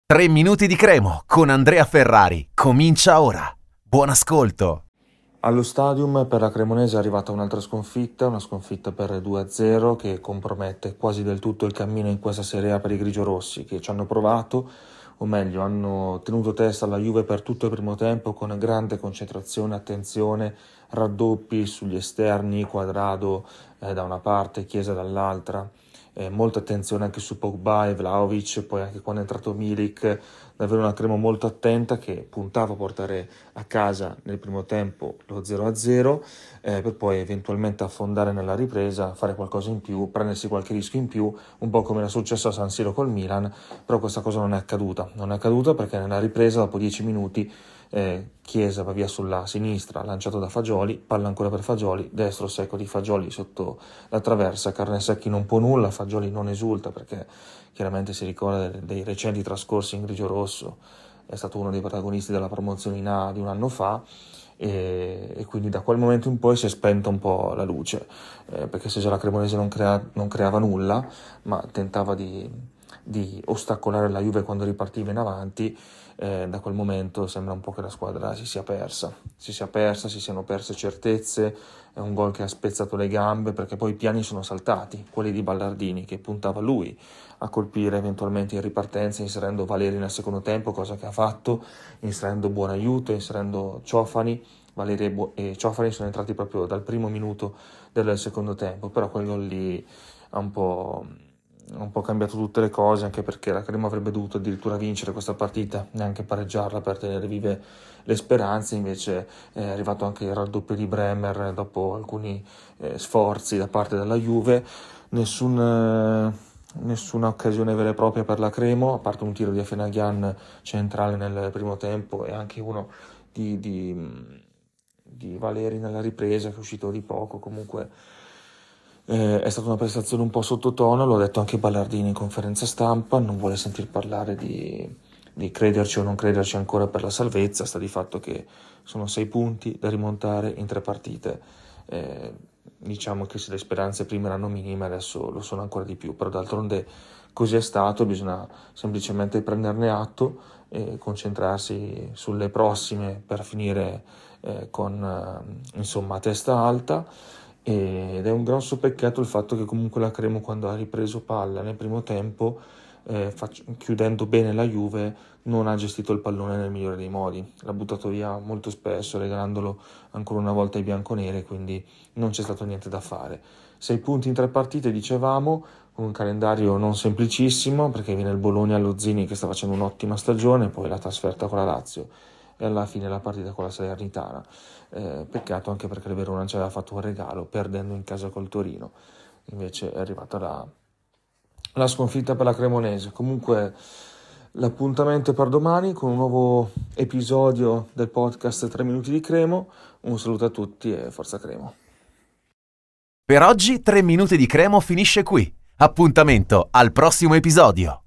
3 minuti di Cremo con Andrea Ferrari. Comincia ora. Buon ascolto. Allo Stadium per la Cremonese è arrivata un'altra sconfitta, una sconfitta per 2-0 che compromette quasi del tutto il cammino in questa Serie A per i grigiorossi, che ci hanno provato, o meglio hanno tenuto testa alla Juve per tutto il primo tempo con grande concentrazione, attenzione, raddoppi sugli esterni, Quadrado da una parte, Chiesa dall'altra. Molta attenzione anche su Pogba e Vlahovic, poi anche quando è entrato Milik, davvero una Cremo molto attenta che puntava a portare a casa nel primo tempo lo 0-0 per poi eventualmente affondare nella ripresa, fare qualcosa in più, prendersi qualche rischio in più, un po' come era successo a San Siro col Milan, però questa cosa non è accaduta perché nella ripresa dopo 10 minuti Chiesa va via sulla sinistra, lanciato da Fagioli, palla ancora per Fagioli, destro secco di Fagioli sotto la traversa, Carnesecchi non può nulla, Fagioli non esulta perché chiaramente si ricorda dei recenti trascorsi in grigio-rosso, è stato uno dei protagonisti della promozione in A di un anno fa e quindi da quel momento in poi si è spenta un po' la luce, perché se già la Cremonese non creava nulla, ma tentava di ostacolare la Juve quando ripartiva in avanti, da quel momento sembra un po' che la squadra si sia persa, si siano perse certezze, è un gol che ha spezzato le gambe perché poi i piani sono saltati, quelli di Ballardini che puntava lui a colpire eventualmente in ripartenza inserendo Valeri nel secondo tempo, cosa che ha fatto, inserendo buon aiuto, inserendo Ciofani. Valeri e Ciofani sono entrati proprio dal primo minuto del secondo tempo, però quel gol lì ha un po' cambiato tutte le cose, anche perché la Crema avrebbe dovuto addirittura vincere questa partita, neanche pareggiarla per tenere vive le speranze, invece è arrivato anche il raddoppio di Bremer dopo alcuni sforzi da parte della Juve, nessuna occasione vera e propria per la Cremo, a parte un tiro di Afenaghian centrale nel primo tempo e anche uno di Valeri nella ripresa che è uscito di poco. Comunque è stata una prestazione un po' sottotono, lo ha detto anche Ballardini in conferenza stampa, non vuole sentir parlare di crederci o non crederci ancora per la salvezza, sta di fatto che sono 6 punti da rimontare in 3 partite, diciamo che se le speranze prima erano minime adesso lo sono ancora di più, però d'altronde così è stato, bisogna semplicemente prenderne atto e concentrarsi sulle prossime per finire con insomma a testa alta. Ed è un grosso peccato il fatto che comunque la Cremo, quando ha ripreso palla nel primo tempo, chiudendo bene la Juve, non ha gestito il pallone nel migliore dei modi, l'ha buttato via molto spesso regalandolo ancora una volta ai bianconeri, quindi non c'è stato niente da fare. 6 punti in 3 partite, dicevamo, con un calendario non semplicissimo perché viene il Bologna allo Zini che sta facendo un'ottima stagione, poi la trasferta con la Lazio e alla fine la partita con la Salernitana. Peccato anche perché il Verona ci aveva fatto un regalo perdendo in casa col Torino, invece è arrivata la sconfitta per la Cremonese. Comunque l'appuntamento è per domani con un nuovo episodio del podcast 3 minuti di Cremo. Un saluto a tutti e forza Cremo. Per oggi 3 minuti di Cremo finisce qui. Appuntamento al prossimo episodio.